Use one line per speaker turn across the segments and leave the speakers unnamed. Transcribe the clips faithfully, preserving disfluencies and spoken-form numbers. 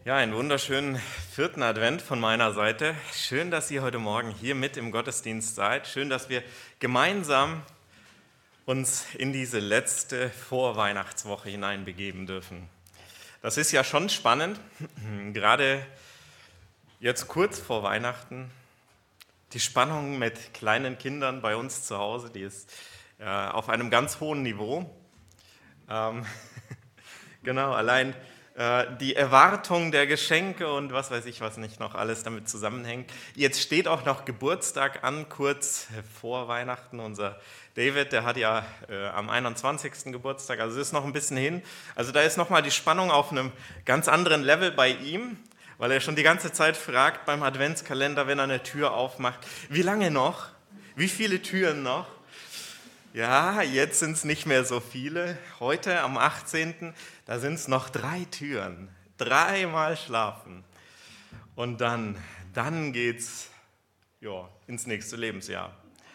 Ja, einen wunderschönen vierten Advent von meiner Seite. Schön, dass ihr heute Morgen hier mit im Gottesdienst seid. Schön, dass wir gemeinsam uns in diese letzte Vorweihnachtswoche hineinbegeben dürfen. Das ist ja schon spannend, gerade jetzt kurz vor Weihnachten. Die Spannung mit kleinen Kindern bei uns zu Hause, die ist äh, auf einem ganz hohen Niveau. Ähm, genau, allein die Erwartung der Geschenke und was weiß ich, was nicht noch alles damit zusammenhängt. Jetzt steht auch noch Geburtstag an, kurz vor Weihnachten. Unser David, der hat ja äh, am einundzwanzigsten Geburtstag, also ist noch ein bisschen hin. Also da ist nochmal die Spannung auf einem ganz anderen Level bei ihm, weil er schon die ganze Zeit fragt beim Adventskalender, wenn er eine Tür aufmacht, wie lange noch? Wie viele Türen noch? Ja, jetzt sind es nicht mehr so viele. Heute am achtzehnten da sind es noch drei Türen. Dreimal schlafen. Und dann, dann geht's ja, ins nächste Lebensjahr.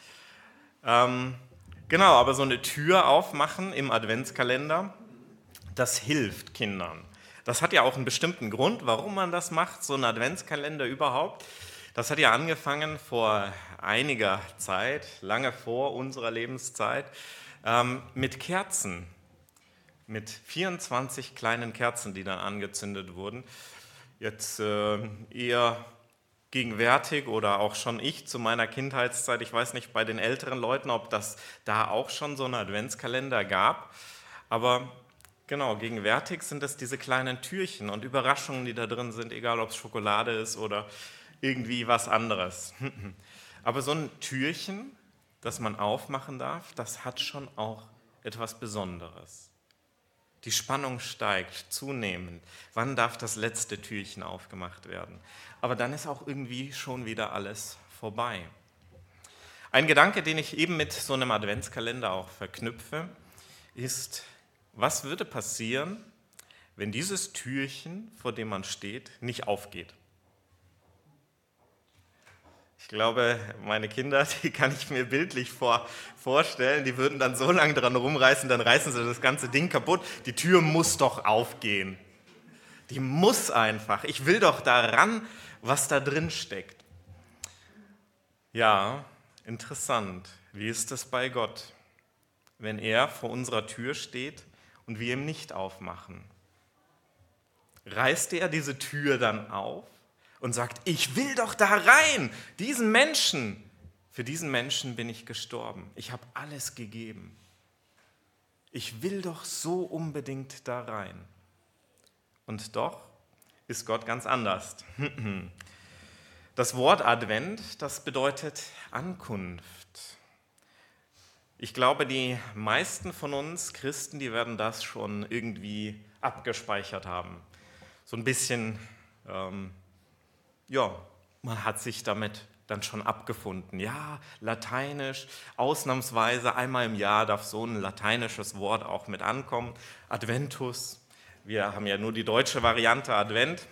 Ähm, genau, aber so eine Tür aufmachen im Adventskalender, das hilft Kindern. Das hat ja auch einen bestimmten Grund, warum man das macht, so ein Adventskalender überhaupt. Das hat ja angefangen vor einiger Zeit, lange vor unserer Lebenszeit, ähm, mit Kerzen, mit vierundzwanzig kleinen Kerzen, die dann angezündet wurden. Jetzt äh, eher gegenwärtig oder auch schon ich zu meiner Kindheitszeit, ich weiß nicht bei den älteren Leuten, ob das da auch schon so einen Adventskalender gab, aber genau, gegenwärtig sind es diese kleinen Türchen und Überraschungen, die da drin sind, egal ob es Schokolade ist oder irgendwie was anderes. Aber so ein Türchen, das man aufmachen darf, das hat schon auch etwas Besonderes. Die Spannung steigt zunehmend. Wann darf das letzte Türchen aufgemacht werden? Aber dann ist auch irgendwie schon wieder alles vorbei. Ein Gedanke, den ich eben mit so einem Adventskalender auch verknüpfe, ist, was würde passieren, wenn dieses Türchen, vor dem man steht, nicht aufgeht? Ich glaube, meine Kinder, die kann ich mir bildlich vor, vorstellen, die würden dann so lange dran rumreißen, dann reißen sie das ganze Ding kaputt. Die Tür muss doch aufgehen. Die muss einfach. Ich will doch daran, was da drin steckt. Ja, interessant. Wie ist das bei Gott, wenn er vor unserer Tür steht und wir ihm nicht aufmachen? Reißt er diese Tür dann auf und sagt, ich will doch da rein, diesen Menschen, für diesen Menschen bin ich gestorben, ich habe alles gegeben. Ich will doch so unbedingt da rein. Und doch ist Gott ganz anders. Das Wort Advent, das bedeutet Ankunft. Ich glaube, die meisten von uns Christen, die werden das schon irgendwie abgespeichert haben. So ein bisschen, ähm, ja, man hat sich damit dann schon abgefunden. Ja, lateinisch, ausnahmsweise einmal im Jahr darf so ein lateinisches Wort auch mit ankommen. Adventus, wir haben ja nur die deutsche Variante Advent.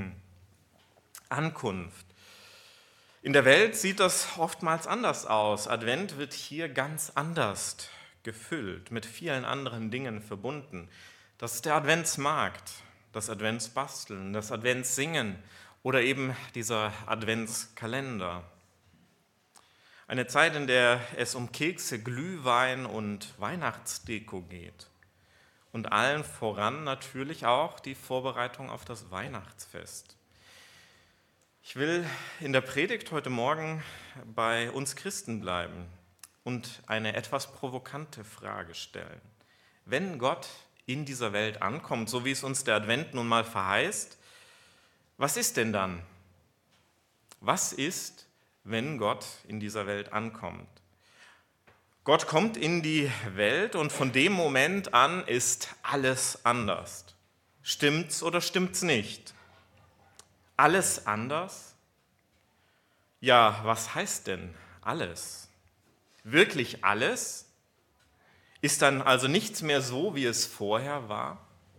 Ankunft. In der Welt sieht das oftmals anders aus. Advent wird hier ganz anders gefüllt, mit vielen anderen Dingen verbunden. Das ist der Adventsmarkt, das Adventsbasteln, das Adventssingen oder eben dieser Adventskalender. Eine Zeit, in der es um Kekse, Glühwein und Weihnachtsdeko geht. Und allen voran natürlich auch die Vorbereitung auf das Weihnachtsfest. Ich will in der Predigt heute Morgen bei uns Christen bleiben und eine etwas provokante Frage stellen. Wenn Gott in dieser Welt ankommt, so wie es uns der Advent nun mal verheißt, was ist denn dann? Was ist, wenn Gott in dieser Welt ankommt? Gott kommt in die Welt und von dem Moment an ist alles anders. Stimmt's oder stimmt's nicht? Alles anders? Ja, was heißt denn alles? Wirklich alles? Ist dann also nichts mehr so, wie es vorher war?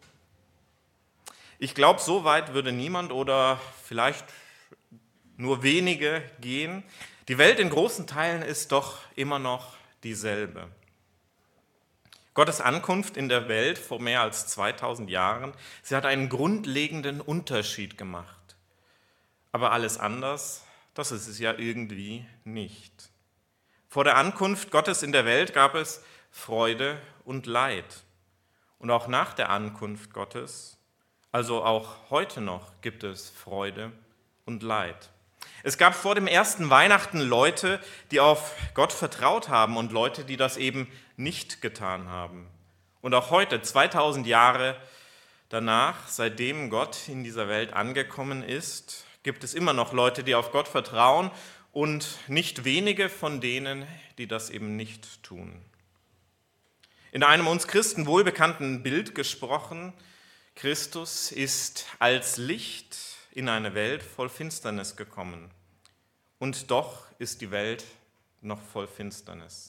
Ich glaube, so weit würde niemand oder vielleicht nur wenige gehen. Die Welt in großen Teilen ist doch immer noch dieselbe. Gottes Ankunft in der Welt vor mehr als zweitausend Jahren, sie hat einen grundlegenden Unterschied gemacht. Aber alles anders, das ist es ja irgendwie nicht. Vor der Ankunft Gottes in der Welt gab es Freude und Leid. Und auch nach der Ankunft Gottes, also auch heute noch, gibt es Freude und Leid. Es gab vor dem ersten Weihnachten Leute, die auf Gott vertraut haben und Leute, die das eben nicht getan haben. Und auch heute, zweitausend Jahre danach, seitdem Gott in dieser Welt angekommen ist, gibt es immer noch Leute, die auf Gott vertrauen und nicht wenige von denen, die das eben nicht tun. In einem uns Christen wohlbekannten Bild gesprochen, Christus ist als Licht in eine Welt voll Finsternis gekommen. Und doch ist die Welt noch voll Finsternis.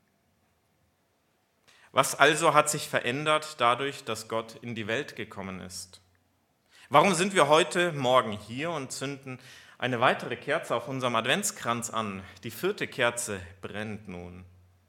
Was also hat sich verändert dadurch, dass Gott in die Welt gekommen ist? Warum sind wir heute Morgen hier und zünden eine weitere Kerze auf unserem Adventskranz an? Die vierte Kerze brennt nun.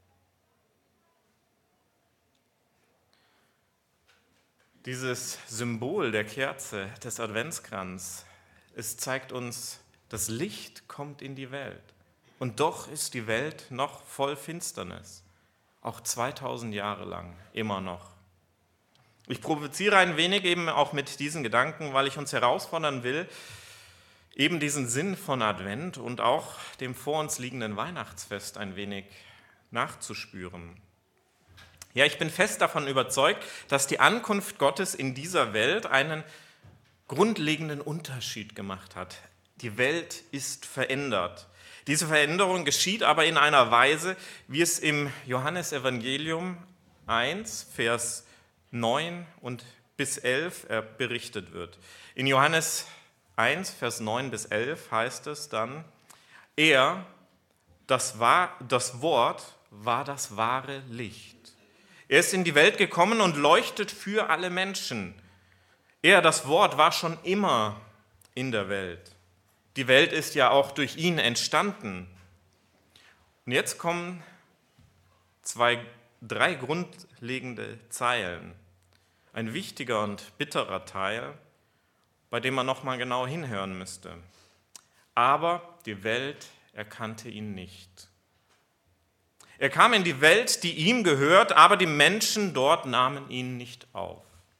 Dieses Symbol der Kerze, des Adventskranz, es zeigt uns, das Licht kommt in die Welt. Und doch ist die Welt noch voll Finsternis. Auch zweitausend Jahre lang, immer noch. Ich provoziere ein wenig eben auch mit diesen Gedanken, weil ich uns herausfordern will, eben diesen Sinn von Advent und auch dem vor uns liegenden Weihnachtsfest ein wenig nachzuspüren. Ja, ich bin fest davon überzeugt, dass die Ankunft Gottes in dieser Welt einen grundlegenden Unterschied gemacht hat. Die Welt ist verändert. Diese Veränderung geschieht aber in einer Weise, wie es im Johannesevangelium eins, Vers neun und bis elf berichtet wird. In Johannes eins, Vers neun bis elf heißt es dann, er, das, war, das Wort, war das wahre Licht. Er ist in die Welt gekommen und leuchtet für alle Menschen. Er, das Wort, war schon immer in der Welt. Die Welt ist ja auch durch ihn entstanden. Und jetzt kommen zwei, drei grundlegende Zeilen. Ein wichtiger und bitterer Teil, bei dem man nochmal genau hinhören müsste. Aber die Welt erkannte ihn nicht. Er kam in die Welt, die ihm gehört, aber die Menschen dort nahmen ihn nicht auf.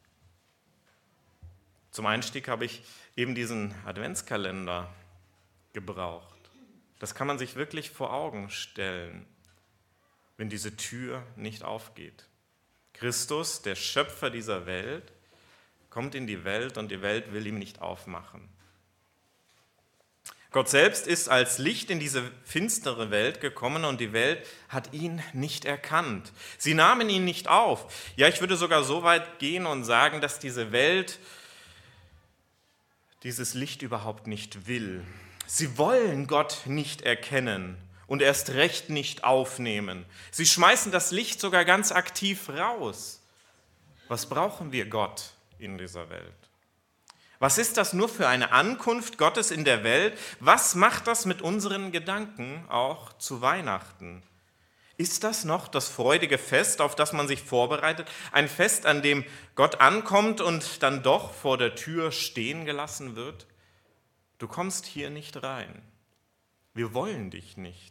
Zum Einstieg habe ich eben diesen Adventskalender gebraucht. Das kann man sich wirklich vor Augen stellen, wenn diese Tür nicht aufgeht. Christus, der Schöpfer dieser Welt, kommt in die Welt und die Welt will ihm nicht aufmachen. Gott selbst ist als Licht in diese finstere Welt gekommen und die Welt hat ihn nicht erkannt. Sie nahmen ihn nicht auf. Ja, ich würde sogar so weit gehen und sagen, dass diese Welt dieses Licht überhaupt nicht will. Sie wollen Gott nicht erkennen und erst recht nicht aufnehmen. Sie schmeißen das Licht sogar ganz aktiv raus. Was brauchen wir Gott in dieser Welt? Was ist das nur für eine Ankunft Gottes in der Welt? Was macht das mit unseren Gedanken auch zu Weihnachten? Ist das noch das freudige Fest, auf das man sich vorbereitet? Ein Fest, an dem Gott ankommt und dann doch vor der Tür stehen gelassen wird? Du kommst hier nicht rein. Wir wollen dich nicht.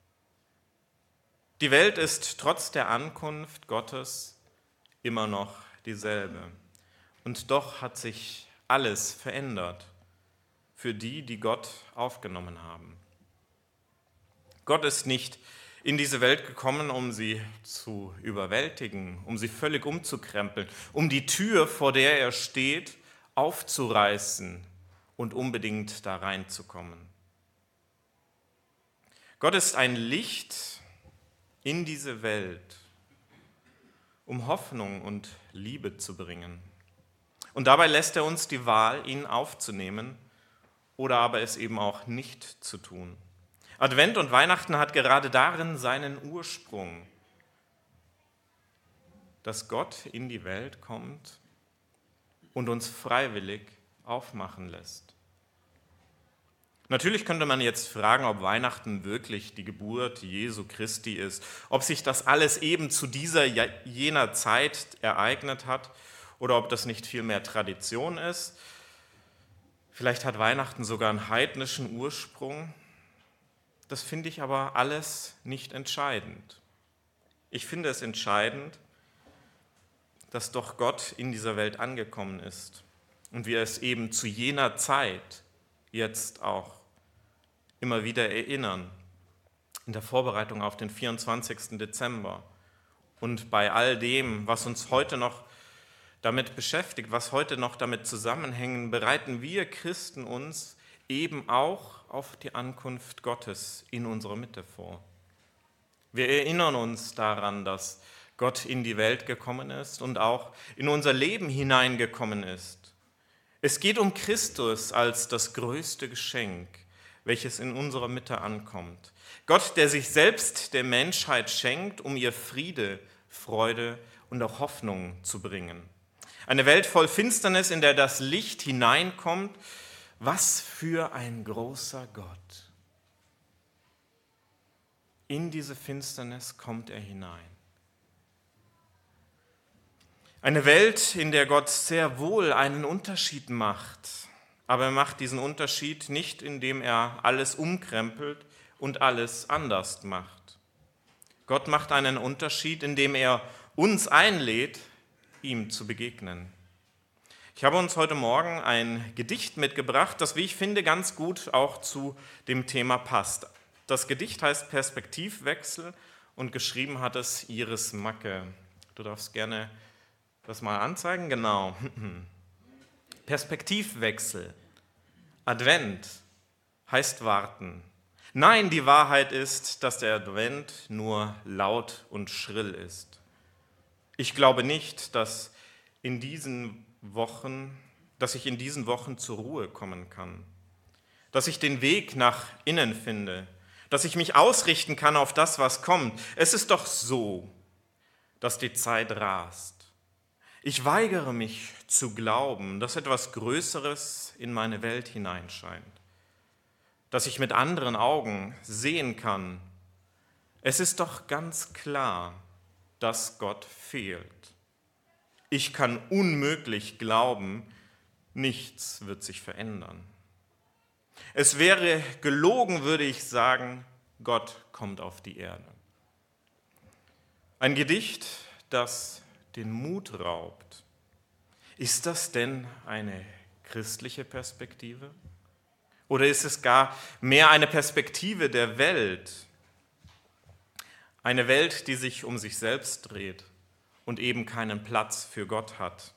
Die Welt ist trotz der Ankunft Gottes immer noch dieselbe. Und doch hat sich alles verändert für die, die Gott aufgenommen haben. Gott ist nicht in diese Welt gekommen, um sie zu überwältigen, um sie völlig umzukrempeln, um die Tür, vor der er steht, aufzureißen und unbedingt da reinzukommen. Gott ist ein Licht in diese Welt, um Hoffnung und Liebe zu bringen. Und dabei lässt er uns die Wahl, ihn aufzunehmen oder aber es eben auch nicht zu tun. Advent und Weihnachten hat gerade darin seinen Ursprung, dass Gott in die Welt kommt und uns freiwillig aufmachen lässt. Natürlich könnte man jetzt fragen, ob Weihnachten wirklich die Geburt Jesu Christi ist, ob sich das alles eben zu dieser jener Zeit ereignet hat oder ob das nicht vielmehr Tradition ist. Vielleicht hat Weihnachten sogar einen heidnischen Ursprung. Das finde ich aber alles nicht entscheidend. Ich finde es entscheidend, dass doch Gott in dieser Welt angekommen ist und wir es eben zu jener Zeit jetzt auch immer wieder erinnern, in der Vorbereitung auf den vierundzwanzigsten Dezember und bei all dem, was uns heute noch damit beschäftigt, was heute noch damit zusammenhängt, bereiten wir Christen uns eben auch auf die Ankunft Gottes in unserer Mitte vor. Wir erinnern uns daran, dass Gott in die Welt gekommen ist und auch in unser Leben hineingekommen ist. Es geht um Christus als das größte Geschenk, welches in unserer Mitte ankommt. Gott, der sich selbst der Menschheit schenkt, um ihr Friede, Freude und auch Hoffnung zu bringen. Eine Welt voll Finsternis, in der das Licht hineinkommt. Was für ein großer Gott. In diese Finsternis kommt er hinein. Eine Welt, in der Gott sehr wohl einen Unterschied macht. Aber er macht diesen Unterschied nicht, indem er alles umkrempelt und alles anders macht. Gott macht einen Unterschied, indem er uns einlädt, ihm zu begegnen. Ich habe uns heute Morgen ein Gedicht mitgebracht, das, wie ich finde, ganz gut auch zu dem Thema passt. Das Gedicht heißt Perspektivwechsel und geschrieben hat es Iris Macke. Du darfst gerne das mal anzeigen. Genau. Perspektivwechsel. Advent heißt warten. Nein, die Wahrheit ist, dass der Advent nur laut und schrill ist. Ich glaube nicht, dass, in diesen Wochen, dass ich in diesen Wochen zur Ruhe kommen kann, dass ich den Weg nach innen finde, dass ich mich ausrichten kann auf das, was kommt. Es ist doch so, dass die Zeit rast. Ich weigere mich zu glauben, dass etwas Größeres in meine Welt hineinscheint, dass ich mit anderen Augen sehen kann. Es ist doch ganz klar, dass Gott fehlt. Ich kann unmöglich glauben, nichts wird sich verändern. Es wäre gelogen, würde ich sagen, Gott kommt auf die Erde. Ein Gedicht, das den Mut raubt. Ist das denn eine christliche Perspektive? Oder ist es gar mehr eine Perspektive der Welt? Eine Welt, die sich um sich selbst dreht und eben keinen Platz für Gott hat.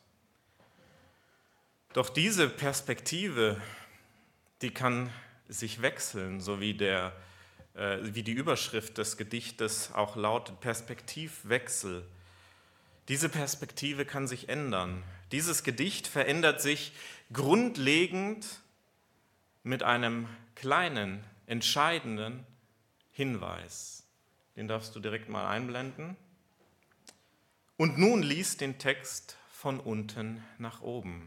Doch diese Perspektive, die kann sich wechseln, so wie, der, äh, wie die Überschrift des Gedichtes auch lautet, Perspektivwechsel. Diese Perspektive kann sich ändern. Dieses Gedicht verändert sich grundlegend mit einem kleinen, entscheidenden Hinweis. Den darfst du direkt mal einblenden. Und nun lies den Text von unten nach oben.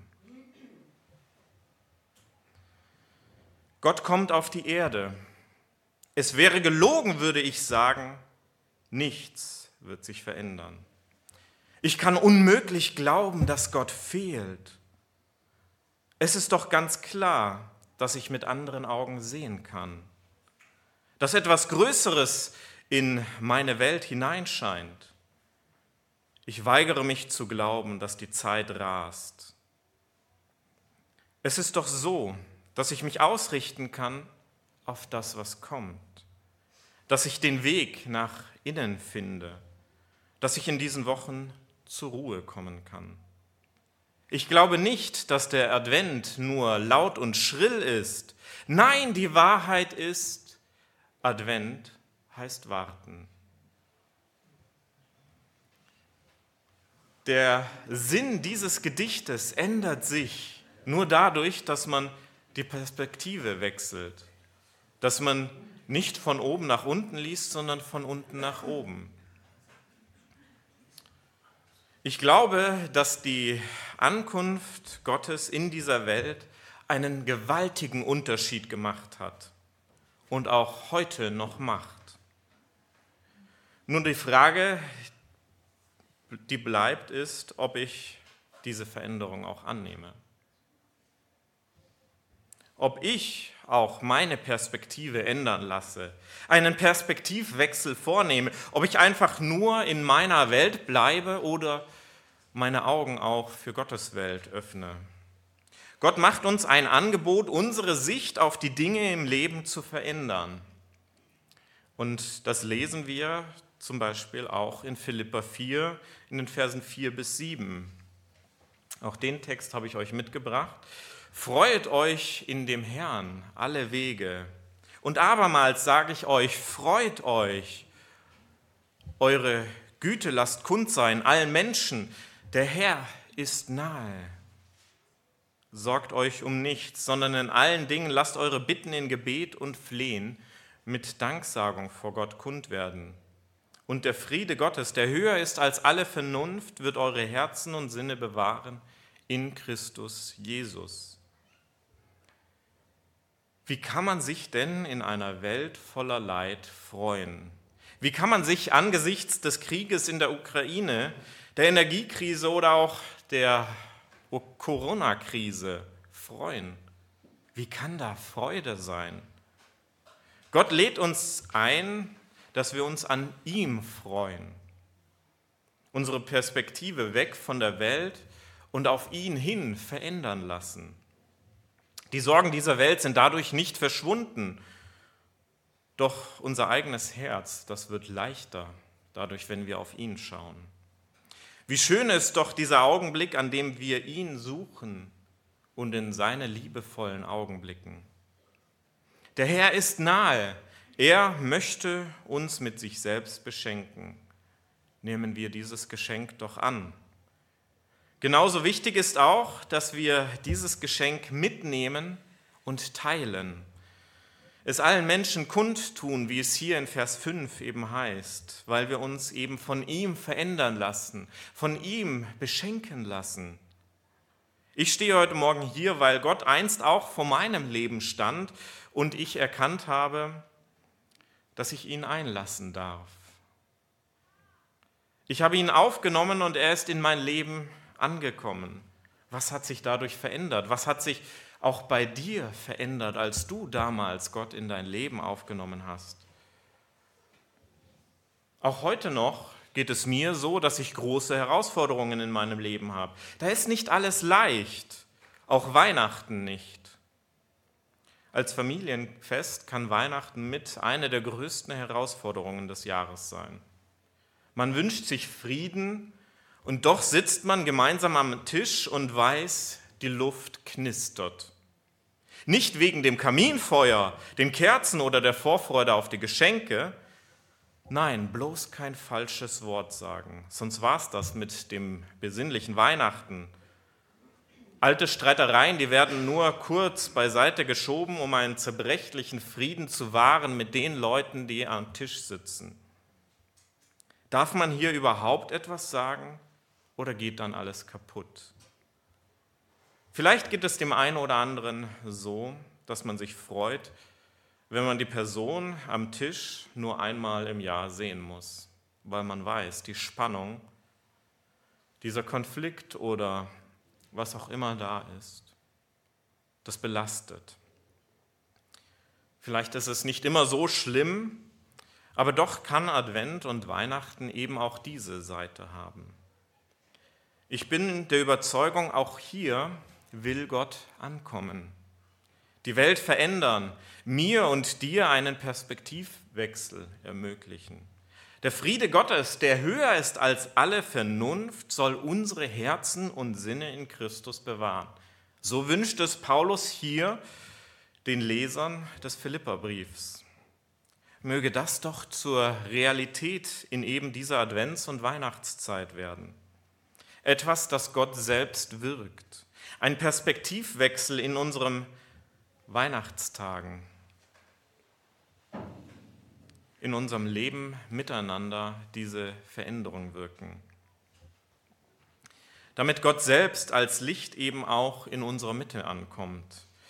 Gott kommt auf die Erde. Es wäre gelogen, würde ich sagen, nichts wird sich verändern. Ich kann unmöglich glauben, dass Gott fehlt. Es ist doch ganz klar, dass ich mit anderen Augen sehen kann, dass etwas Größeres in meine Welt hineinscheint. Ich weigere mich zu glauben, dass die Zeit rast. Es ist doch so, dass ich mich ausrichten kann auf das, was kommt, dass ich den Weg nach innen finde, dass ich in diesen Wochen zur Ruhe kommen kann. Ich glaube nicht, dass der Advent nur laut und schrill ist. Nein, die Wahrheit ist, Advent heißt warten. Der Sinn dieses Gedichtes ändert sich nur dadurch, dass man die Perspektive wechselt, dass man nicht von oben nach unten liest, sondern von unten nach oben. Ich glaube, dass die Ankunft Gottes in dieser Welt einen gewaltigen Unterschied gemacht hat und auch heute noch macht. Nun die Frage, die bleibt, ist, ob ich diese Veränderung auch annehme. Ob ich auch meine Perspektive ändern lasse, einen Perspektivwechsel vornehme, ob ich einfach nur in meiner Welt bleibe oder meine Augen auch für Gottes Welt öffne. Gott macht uns ein Angebot, unsere Sicht auf die Dinge im Leben zu verändern. Und das lesen wir zum Beispiel auch in Philipper vier, in den Versen vier bis sieben. Auch den Text habe ich euch mitgebracht. Freut euch in dem Herrn alle Wege. Und abermals sage ich euch, freut euch. Eure Güte lasst kund sein allen Menschen. Der Herr ist nahe. Sorgt euch um nichts, sondern in allen Dingen lasst eure Bitten in Gebet und Flehen mit Danksagung vor Gott kund werden. Und der Friede Gottes, der höher ist als alle Vernunft, wird eure Herzen und Sinne bewahren in Christus Jesus. Wie kann man sich denn in einer Welt voller Leid freuen? Wie kann man sich angesichts des Krieges in der Ukraine, der Energiekrise oder auch der Corona-Krise freuen? Wie kann da Freude sein? Gott lädt uns ein, dass wir uns an ihm freuen. Unsere Perspektive weg von der Welt und auf ihn hin verändern lassen. Die Sorgen dieser Welt sind dadurch nicht verschwunden, doch unser eigenes Herz, das wird leichter, dadurch, wenn wir auf ihn schauen. Wie schön ist doch dieser Augenblick, an dem wir ihn suchen und in seine liebevollen Augen blicken. Der Herr ist nahe, er möchte uns mit sich selbst beschenken. Nehmen wir dieses Geschenk doch an. Genauso wichtig ist auch, dass wir dieses Geschenk mitnehmen und teilen. Es allen Menschen kundtun, wie es hier in Vers fünf eben heißt, weil wir uns eben von ihm verändern lassen, von ihm beschenken lassen. Ich stehe heute Morgen hier, weil Gott einst auch vor meinem Leben stand und ich erkannt habe, dass ich ihn einlassen darf. Ich habe ihn aufgenommen und er ist in mein Leben angekommen. Was hat sich dadurch verändert? Was hat sich auch bei dir verändert, als du damals Gott in dein Leben aufgenommen hast? Auch heute noch geht es mir so, dass ich große Herausforderungen in meinem Leben habe. Da ist nicht alles leicht, auch Weihnachten nicht. Als Familienfest kann Weihnachten mit einer der größten Herausforderungen des Jahres sein. Man wünscht sich Frieden, und doch sitzt man gemeinsam am Tisch und weiß, die Luft knistert. Nicht wegen dem Kaminfeuer, den Kerzen oder der Vorfreude auf die Geschenke. Nein, bloß kein falsches Wort sagen, sonst war es das mit dem besinnlichen Weihnachten. Alte Streitereien, die werden nur kurz beiseite geschoben, um einen zerbrechlichen Frieden zu wahren mit den Leuten, die am Tisch sitzen. Darf man hier überhaupt etwas sagen? Oder geht dann alles kaputt? Vielleicht geht es dem einen oder anderen so, dass man sich freut, wenn man die Person am Tisch nur einmal im Jahr sehen muss, weil man weiß, die Spannung, dieser Konflikt oder was auch immer da ist, das belastet. Vielleicht ist es nicht immer so schlimm, aber doch kann Advent und Weihnachten eben auch diese Seite haben. Ich bin der Überzeugung, auch hier will Gott ankommen, die Welt verändern, mir und dir einen Perspektivwechsel ermöglichen. Der Friede Gottes, der höher ist als alle Vernunft, soll unsere Herzen und Sinne in Christus bewahren. So wünscht es Paulus hier den Lesern des Philipperbriefs. Möge das doch zur Realität in eben dieser Advents- und Weihnachtszeit werden. Etwas, das Gott selbst wirkt. Ein Perspektivwechsel in unseren Weihnachtstagen. In unserem Leben miteinander diese Veränderung wirken. Damit Gott selbst als Licht eben auch in unserer Mitte ankommt.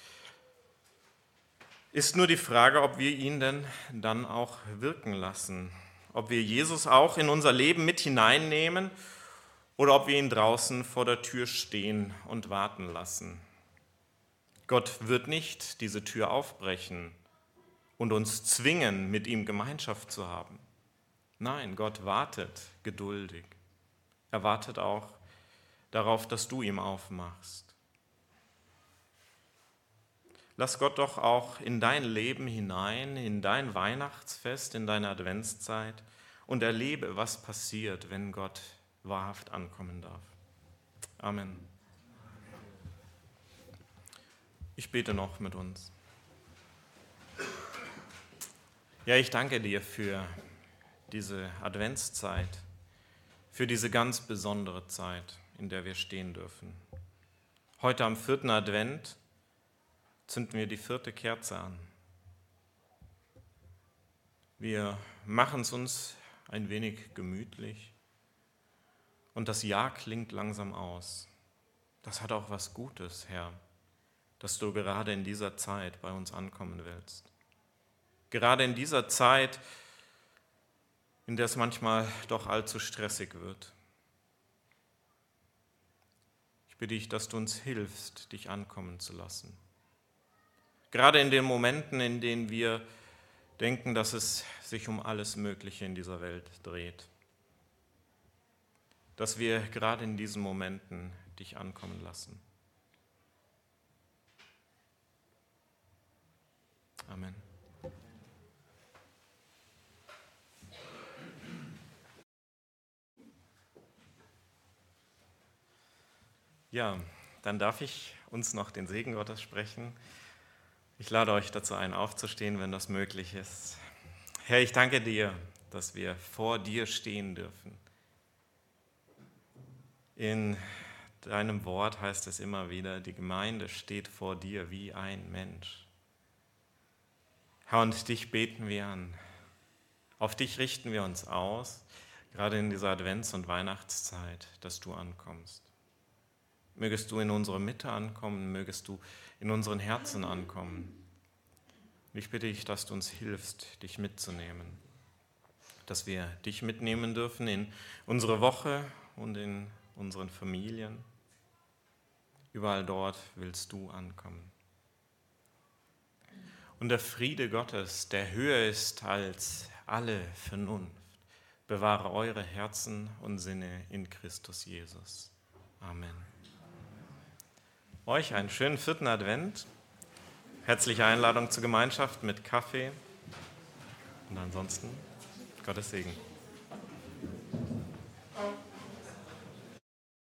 Ist nur die Frage, ob wir ihn denn dann auch wirken lassen, ob wir Jesus auch in unser Leben mit hineinnehmen oder ob wir ihn draußen vor der Tür stehen und warten lassen. Gott wird nicht diese Tür aufbrechen und uns zwingen, mit ihm Gemeinschaft zu haben. Nein, Gott wartet geduldig. Er wartet auch darauf, dass du ihm aufmachst. Lass Gott doch auch in dein Leben hinein, in dein Weihnachtsfest, in deine Adventszeit und erlebe, was passiert, wenn Gott wahrhaft ankommen darf. Amen. Ich bete noch mit uns. Ja, ich danke dir für diese Adventszeit, für diese ganz besondere Zeit, in der wir stehen dürfen. Heute am vierten Advent zünden wir die vierte Kerze an. Wir machen es uns ein wenig gemütlich und das Jahr klingt langsam aus. Das hat auch was Gutes, Herr, dass du gerade in dieser Zeit bei uns ankommen willst. Gerade in dieser Zeit, in der es manchmal doch allzu stressig wird. Ich bitte dich, dass du uns hilfst, dich ankommen zu lassen. Gerade in den Momenten, in denen wir denken, dass es sich um alles Mögliche in dieser Welt dreht. Dass wir gerade in diesen Momenten dich ankommen lassen. Amen. Ja, dann darf ich uns noch den Segen Gottes sprechen. Ich lade euch dazu ein, aufzustehen, wenn das möglich ist. Herr, ich danke dir, dass wir vor dir stehen dürfen. In deinem Wort heißt es immer wieder, die Gemeinde steht vor dir wie ein Mensch. Herr, und dich beten wir an. Auf dich richten wir uns aus, gerade in dieser Advents- und Weihnachtszeit, dass du ankommst. Mögest du in unsere Mitte ankommen, mögest du in unseren Herzen ankommen. Und ich bitte dich, dass du uns hilfst, dich mitzunehmen. Dass wir dich mitnehmen dürfen in unsere Woche und in unseren Familien. Überall dort willst du ankommen. Und der Friede Gottes, der höher ist als alle Vernunft, bewahre eure Herzen und Sinne in Christus Jesus. Amen. Euch einen schönen vierten Advent. Herzliche Einladung zur Gemeinschaft mit Kaffee. Und ansonsten Gottes Segen.